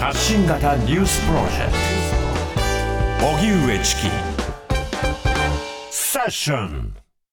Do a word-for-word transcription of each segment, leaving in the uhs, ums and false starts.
発信型ニュースプロジェクト荻上チキセッション。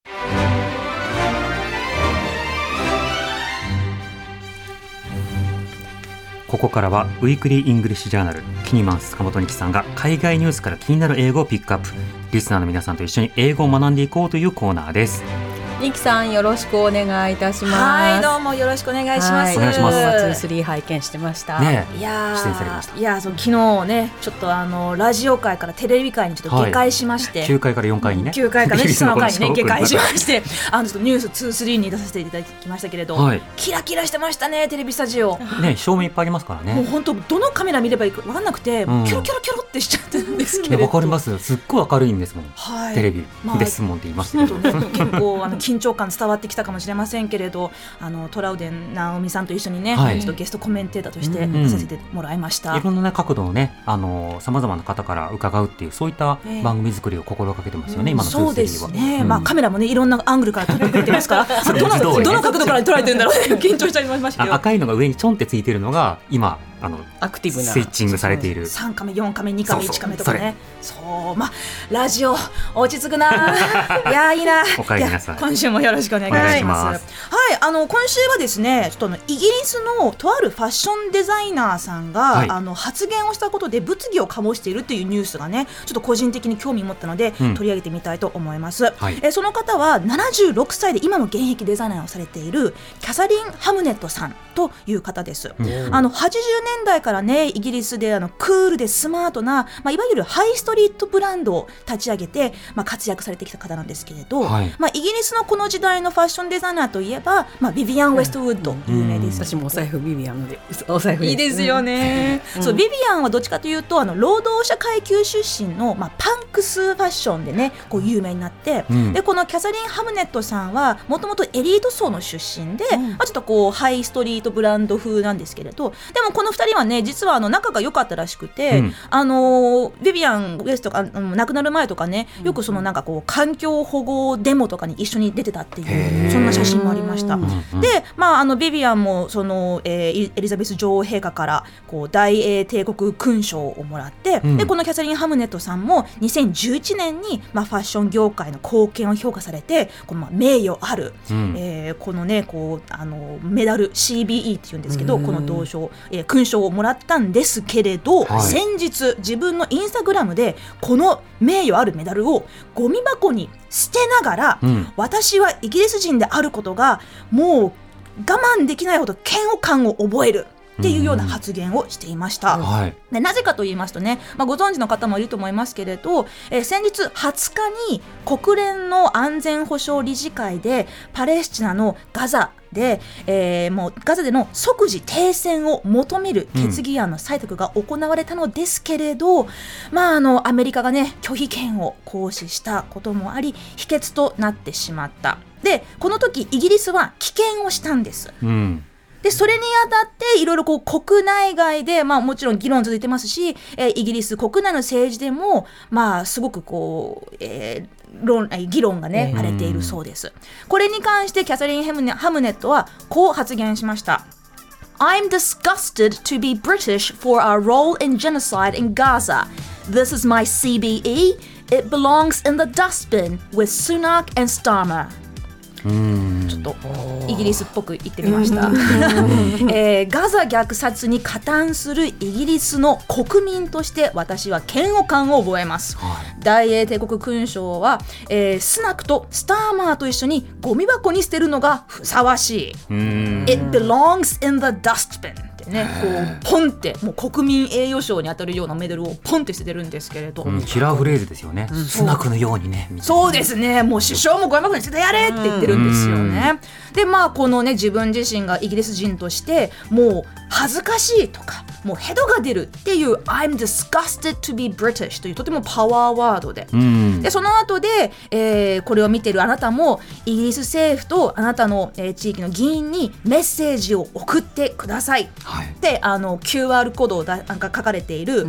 ここからはウィークリーイングリッシュジャーナルキニマンス塚本二木さんが海外ニュースから気になる英語をピックアップ、リスナーの皆さんと一緒に英語を学んでいこうというコーナーです。 ニキさんよろしくお願いいたします。 はい、どうもよろしくお願いします。 お願いします。 ツースリー拝見してました、 ね、 いや出演されました。 いやその昨日ねちょっとあのラジオ界からテレビ界にちょっと下界しまして、はい、 きゅうかいからよんかいにねきゅうかいからねその回にね下界しましてあのちょっとニュースツースリーに出させていただきましたけれど、はい、キラキラしてましたねテレビスタジオね。 照明いっぱいありますからね。 もう本当どのカメラ見ればいいか分かんなくて、うん、キョロキョロキョロってしちゃってるんですけれど。 わかります。すっごい明るいんですもん、はい、テレビ、 まあ、 ですもんって言いますけど、 ね、結構あの緊張感伝わってきたかもしれませんけれど、あのトラウデン直美さんと一緒にね、はい、ちょっとゲストコメンテーターとして出させてもらいました、 うんうん、いろんな、ね、角度のねさまざまな方から伺うっていうそういった番組作りを心がけてますよね、えー、今のツースリーは。そうですね、 うん、まあ、カメラもねいろんなアングルから撮ってくれてますからそれど, のどの角度から撮られてるんだろうね緊張しちゃいましたけど、 赤いのが上にちょんってついてるのが今あのアクティブなスイッチングされているさんカメよんカメにカメいちカメとかね。そうまあラジオ落ち着くないやいいな。 おかえりなさい。 今週もよろしくお願いします。はい、あの今週はですねちょっとあのイギリスのとあるファッションデザイナーさんが、はい、あの発言をしたことで物議を醸しているというニュースがねちょっと個人的に興味を持ったので、うん、取り上げてみたいと思います、はい、えその方はななじゅうろくさいで今も現役デザイナーをされているキャサリン・ハムネットさんという方です、うん、あのはちじゅうねんだいからねイギリスであのクールでスマートな、まあ、いわゆるハイストリートブランドを立ち上げて、まあ、活躍されてきた方なんですけれど、はい、まあ、イギリスのこの時代のファッションデザイナーといえば、まあ、ビビアン・ウェストウッド有名です、 うん、私もお財布ビビアンのでお財布です、 いいですよね、うん、そうビビアンはどっちかというとあの労働者階級出身の、まあ、パンクスファッションでねこう有名になって、うん、でこのキャサリン・ハムネットさんはもともとエリート層の出身で、うん、まあ、ちょっとこうハイストリートブランド風なんですけれど、でもこのふたりはね実はあの仲が良かったらしくて、うん、あのビビアン・ウェストが亡くなる前とかねよくそのなんかこう環境保護デモとかに一緒に出てたっていうそんな写真もありました。で、まあ、あのビビアンもその、えー、エリザベス女王陛下からこう大英帝国勲章をもらって、うん、でこのキャサリン・ハムネットさんもにせんじゅういちねんに、まあ、ファッション業界の貢献を評価されてこの、まあ、名誉ある、うん、えー、このねこうあのメダル シービーイー っていうんですけど、この銅章、えー、勲章をもらったんですけれど、はい、先日自分のインスタグラムでこの名誉あるメダルをゴミ箱に捨てながら、うん、私はイギリス人であることがもう我慢できないほど嫌悪感を覚えるっていうような発言をしていました、うん、はい、でなぜかと言いますとね、まあ、ご存知の方もいると思いますけれど、えー、先日はつかに国連の安全保障理事会でパレスチナのガザで、えー、もうガザでの即時停戦を求める決議案の採択が行われたのですけれど、うん、まあ、あのアメリカがね拒否権を行使したこともあり否決となってしまった。でこの時イギリスは棄権をしたんです、うん、でそれにあたっていろいろこう国内外で、まあ、もちろん議論続いてますし、えー、イギリス国内の政治でも、まあ、すごくこう、えー、論議論がね、荒れているそうです。これに関してキャサリン・ハムネットはこう発言しました。I'm disgusted to be British for our role in genocide in Gaza. This is my シービーイー. It belongs in the dustbin with Sunak and Starmer.ちょっとイギリスっぽく言ってみました、えー、ガザ虐殺に加担するイギリスの国民として私は嫌悪感を覚えます、はい、大英帝国勲章は、えー、スナクとスターマーと一緒にゴミ箱に捨てるのがふさわしい。 It belongs in the dustbinね、こうポンってもう国民栄誉賞に当たるようなメダルをポンって捨ててるんですけれど、 うん、キラーフレーズですよね、うん、スナクのようにねみたいな。 そうですね、もう首相もゴミ箱に捨ててやれって言ってるんですよね。でまあこのね自分自身がイギリス人としてもう恥ずかしいとかもうヘドが出るっていう I'm disgusted to be British というとてもパワーワード で, でその後で、えー、これを見てるあなたもイギリス政府とあなたの、えー、地域の議員にメッセージを送ってください、はい、であの キューアール コードが書かれている、うん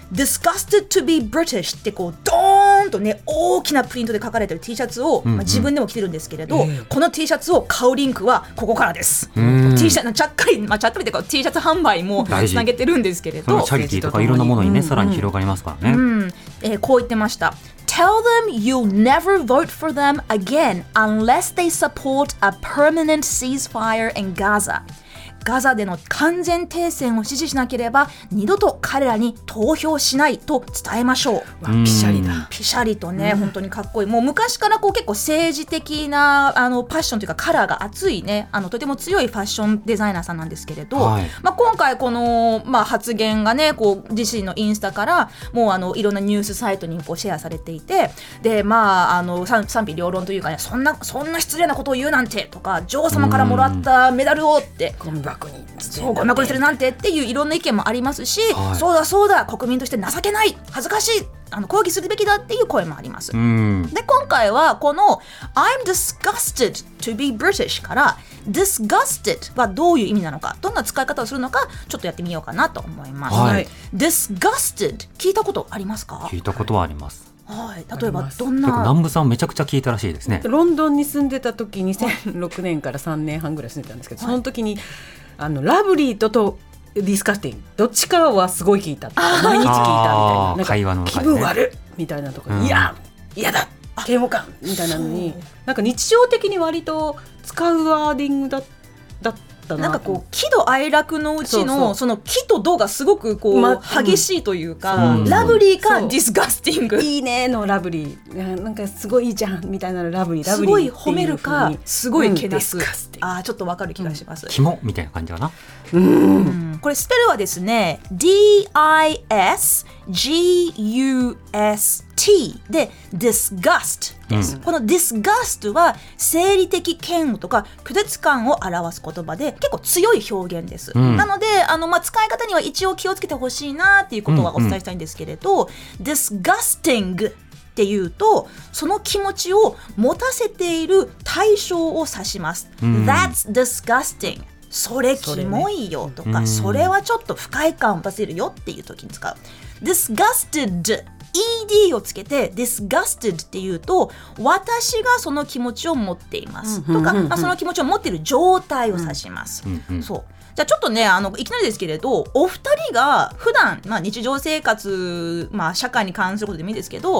disgusted to be British ってこうドーンとね大きなプリントで書かれてる T シャツを、うんうんまあ、自分でも着てるんですけれど、うん、この T シャツを買うリンクはここからです。 T シャツちゃっかり、まあ、ちゃっかりというか T シャツ販売もつなげてるんですけれど、 チャリティーとかいろんなものにね、うんうん、さらに広がりますからね、 うんえー、こう言ってました。Tell them you'll never vote for them again unless they support a permanent ceasefire in Gaza。ガザでの完全停戦を支持しなければ二度と彼らに投票しないと伝えましょう。 ピシャリだ。 ピシャリとね、うん、本当にかっこいい。もう昔からこう結構政治的なあのパッションというかカラーが熱いね、あのとても強いファッションデザイナーさんなんですけれど、はいまあ、今回この、まあ、発言がねこう自身のインスタからもうあのいろんなニュースサイトにこうシェアされていて、でまああの賛否両論というかね、そんなそんな失礼なことを言うなんてとか、女王様からもらったメダルをってゴミ箱にそうゴミ箱にするなんてっていういろんな意見もありますし、はい、そうだそうだ国民として情けない恥ずかしいあの抗議するべきだっていう声もあります。 うんで今回はこの I'm disgusted to be British から disgusted はどういう意味なのか、どんな使い方をするのかちょっとやってみようかなと思います、 はい、 disgusted 聞いたことありますか？ 聞いたことはあります。 はい、例えばどんな南部さんめちゃくちゃ聞いたらしいですね。 ロンドンに住んでた時にせんろくねんからさんねんはんぐらい住んでたんですけど、はい、その時にあのラブリーととディスカスティングどっちかはすごい聞いた毎日聞いたみたいな、なんか会話の中で、ね、気分悪いみたいなとか、うん、いや嫌だ嫌悪感みたいなのになんか日常的に割と使うワーディングだだったな。 なんかこう喜怒哀楽のうちの そ, うそうその喜と怒がすごくこう、ま、激しいというか、うん、ラブリーかディスガスティング、 いいねのラブリーなんかすごいいいじゃんみたいなラブリーラブリーすごい褒めるかすごいけなす、うん、あちょっとわかる気がします、 うん、キモみたいな感じかな。 うん、うん、 これスペルはですね ディーアイエスジーユーエスティー で disgust です、うん、この disgust は生理的嫌悪とか拒絶感を表す言葉で結構強い表現です、うん、なのであの、まあ、使い方には一応気をつけてほしいなっていうことはお伝えしたいんですけれど、うんうん、disgustingっていうとその気持ちを持たせている対象を指します、うん、That's disgustingそれキモいよとか そ,、ね、それはちょっと不快感を持たせるよっていう時に使う。 disgustedイーディー をつけて disgusted っていうと私がその気持ちを持っています、うん、とか、まあ、その気持ちを持っている状態を指します、うんうん、そうじゃあちょっとねあのいきなりですけれどお二人が普段、まあ、日常生活、まあ、社会に関することでもいいですけど、うん、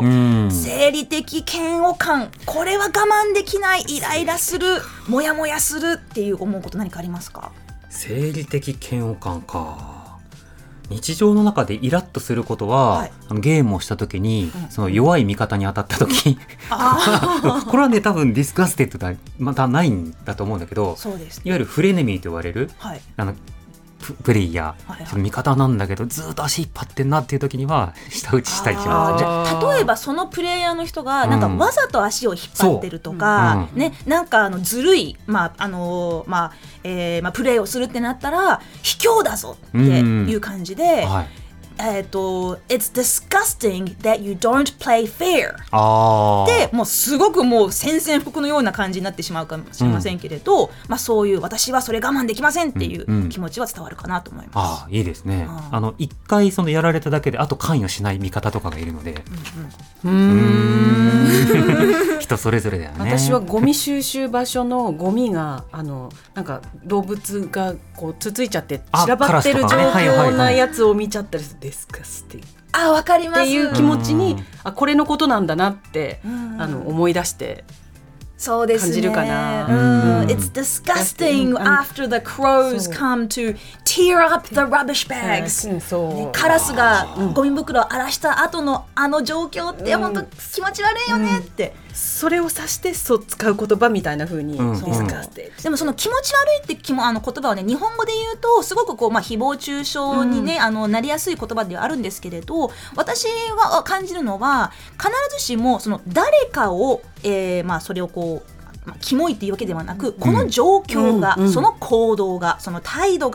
生理的嫌悪感これは我慢できないイライラするモヤモヤするっていう思うこと何かありますか？ 生理的嫌悪感か。日常の中でイラッとすることは、はい、あのゲームをした時に、うん、その弱い味方に当たった時あこれはね多分ディスガステッドだまたないんだと思うんだけど、 そうです、ね、 いわゆるフレネミーと言われる、はい、あのプレイヤー、はいはい、その味方なんだけどずっと足引っ張ってんなっていう時には舌打ちしたい気がする。 じゃ例えばそのプレイヤーの人がなんかわざと足を引っ張ってるとか、うんね、なんかあのずるい、まああのーまあえーまあ、プレイをするってなったら卑怯だぞっていう感じで、うんはいえー、と It's disgusting that you don't play fair でもうすごくもう宣戦布告のような感じになってしまうかもしれませんけれど、うんまあ、そういう私はそれ我慢できませんっていう気持ちは伝わるかなと思います、 うんうん、あいいですね。あの一回そのやられただけであと関与しない味方とかがいるので、うんうん、うーん人それぞれだよね。 私はゴミ収集場所のゴミがあのなんか動物がこうつついちゃって散らばってる状況なやつを見ちゃったりするディスカスティングあわかりますっていう気持ちにあこれのことなんだなってあの思い出してそうですね、 感じるかな。 うん、It's disgusting after the crows come to tear up the rubbish bags、うんそうね、カラスがゴミ袋を荒らした後のあの状況って本当気持ち悪いよねって、 うん、それを指してそう使う言葉みたいな風に、うん、 でもその気持ち悪いってきもあの言葉はね日本語で言うとすごくこう、まあ、誹謗中傷に、ねうん、あのなりやすい言葉ではあるんですけれど私が感じるのは必ずしもその誰かを、えーまあ、それをこうまあ、キモいっていうわけではなくこの状況が、うんうん、その行動がその態度が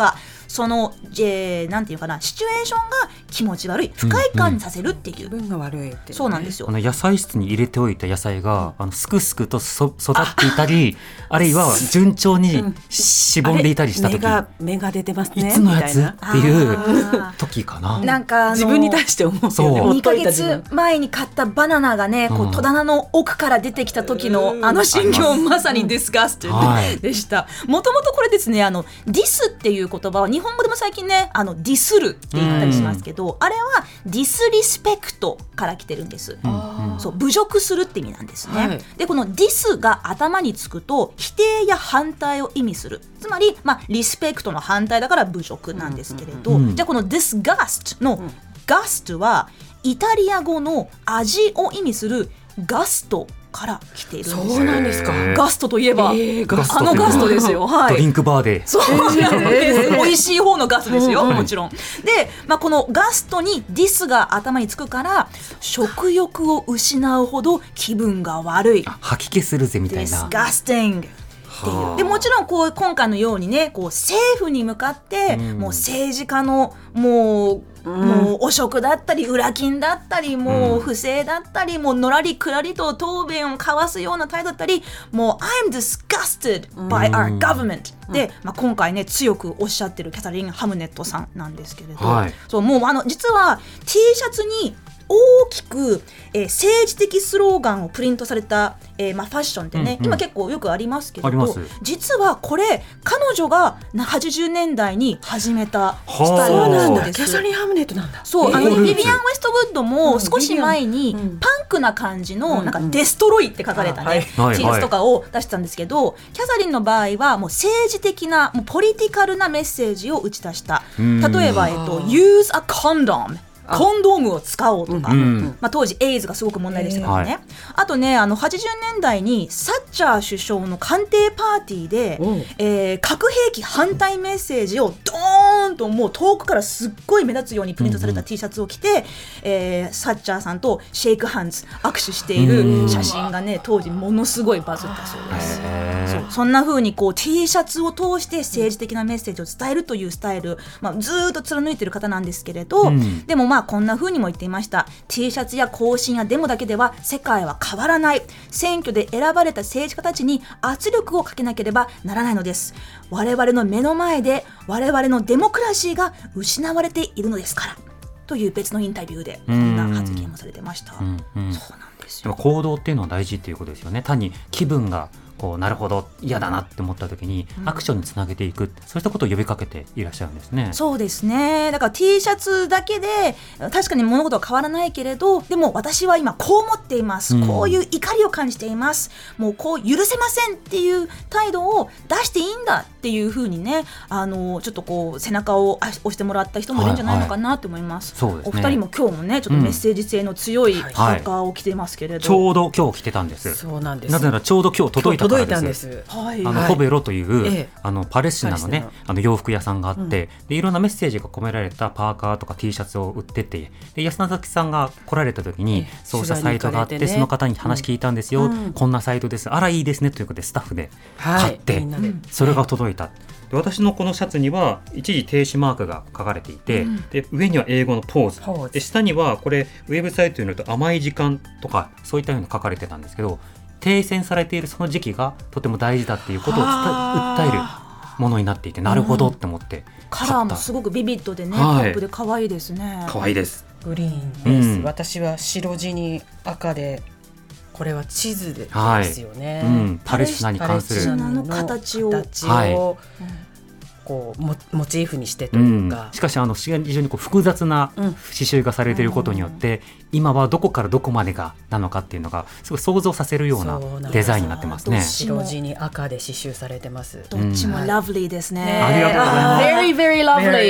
その、えー、なんていうかなシチュエーションが気持ち悪い不快感にさせるっていう、 気分が悪いって、ね、 そうなんですよ。 あの野菜室に入れておいた野菜があのすくすくとそ育っていたり あ, あるいは順調にしぼんでいたりした時、 芽が芽が出てますねいつのやつみたいっていう時かな。 なんかあの自分に対して思うよね。 にかげつまえに買ったバナナがね、こう戸棚の奥から出てきた時のあの心境、まさにディスガスティでした。もともとこれですね、あのディスっていう言葉は日本語でも最近ね、あのディスるって言ったりしますけど、あれはディスリスペクトから来てるんです。そう侮辱するって意味なんですね、はい、でこのディスが頭につくと否定や反対を意味する、つまり、まあ、リスペクトの反対だから侮辱なんですけれど、うんうん、じゃあこの disgust の、うん、ガストはイタリア語の味を意味するガストから来ているんです。 そうなんですか。 ガストといえば、 えー、 ガストあのガストですよ、はい、 ドリンクバーでそうなんです、えー、美味しい方のガストですよ、もちろんで、まあ、このガストにディスが頭につくから食欲を失うほど気分が悪い、 吐き気するぜみたいな、 ディスガスティングっていう。でもちろんこう今回のようにね、こう政府に向かって、うん、もう政治家のもううん、もう汚職だったり裏金だったりもう不正だったり、もうのらりくらりと答弁を交わすような態度だったり、もう I'm disgusted by our government、うん、で、まあ、今回ね強くおっしゃってるキャサリン・ハムネットさんなんですけれど、はい、そうもうあの実は T シャツに大きく、えー、政治的スローガンをプリントされた、えーまあ、ファッションってね、うんうん、今結構よくありますけれど、実はこれ彼女がはちじゅうねんだいに始めたスタイルなんです。 キャサリン・ハムネットなんだ。 そう、あのビビアン・ウェストウッドも少し前にパンクな感じのなんかデストロイって書かれたね、うんうん、T シャツとかを出してたんですけど、キャサリンの場合はもう政治的なもうポリティカルなメッセージを打ち出した。例えば、えっと、Use a condom、コンドームを使おうとか、うんまあ、当時エイズがすごく問題でしたからね、えー、あとねあのはちじゅうねんだいにサッチャー首相の官邸パーティーで、えー、核兵器反対メッセージをドーンともう遠くからすっごい目立つようにプリントされた T シャツを着て、うんうんえー、サッチャーさんとシェイクハンズ握手している写真がね当時ものすごいバズったそうです。そう、そんな風にこう T シャツを通して政治的なメッセージを伝えるというスタイル、まあ、ずっと貫いている方なんですけれど、うん、でもまあこんな風にも言っていました。 T シャツや行進やデモだけでは世界は変わらない。選挙で選ばれた政治家たちに圧力をかけなければならないのです。我々の目の前で我々のデモクラシーが失われているのですからという別のインタビューでこんな発言もされてました。うんうん、そうなんですよ。 行動っていうのは大事っていうことですよね。単に気分がこうなるほど嫌だなって思った時にアクションにつなげていく、うん、そうしたことを呼びかけていらっしゃるんですね。 そうですね。だから T シャツだけで確かに物事は変わらないけれど、でも私は今こう思っています、うん、こういう怒りを感じています、もうこう許せませんっていう態度を出していいんだっていうふうにね、あのちょっとこう背中を押してもらった人もいるんじゃないのかなと思います、はいはい、お二人も今日もねちょっとメッセージ性の強いパーカーを着ていますけれど、 はいはい、ちょうど今日着てたんです。 そうなんです。 なぜならちょうど今日届いたからです。 届いたんです。はい、 あのコベロという、ええ、あのパレスチナのねあの洋服屋さんがあって、うん、でいろんなメッセージが込められたパーカーとか T シャツを売ってて、で安永さんが来られた時に、ええ、そうしたサイトがあって、ね、その方に話聞いたんですよ、うん、こんなサイトです、あらいいですねということでスタッフで買って、はい、それが届いた。で私のこのシャツには一時停止マークが書かれていて、うん、で上には英語のポーズ、ポーズで下にはこれウェブサイトによると甘い時間とかそういったように書かれてたんですけど、停戦されているその時期がとても大事だっていうことを訴えるものになっていて、なるほどって思って買った、 うん、カラーもすごくビビッドでね、はい、ポップで可愛いですね。 可愛いです。 グリーンです、うん、私は白地に赤で、これは地図でですよね、はいうん、 パレスチナに関するパレスチナの形を、 形をはいこうモモチーフにしてというか、 うん、しかしあの非常にこう複雑な刺繍がされていることによって、うん、今はどこからどこまでがなのかっていうのがすごい想像させるようなデザインになってますね。 白地に赤で刺繍されてます。 どっちもラブリーですね、うんね、ありがとうございます。 Very very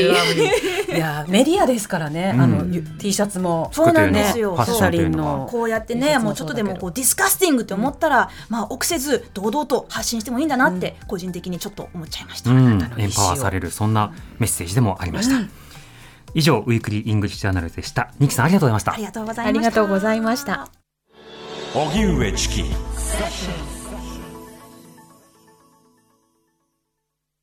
lovely いやメディアですからね、うん、あの T シャツもそうなんですよ。 ファッションというのはこうやってね、もうちょっとでもこうディスカスティングって思ったら、うんまあ、臆せず堂々と発信してもいいんだなって個人的にちょっと思っちゃいました、うん、 エンパワーされるそんなメッセージでもありました、うん、以上ウィークリーイングリッシュジャーナルでした。ニキさんありがとうございました。 ありがとうございました。 ありがとうございました。 荻上チキ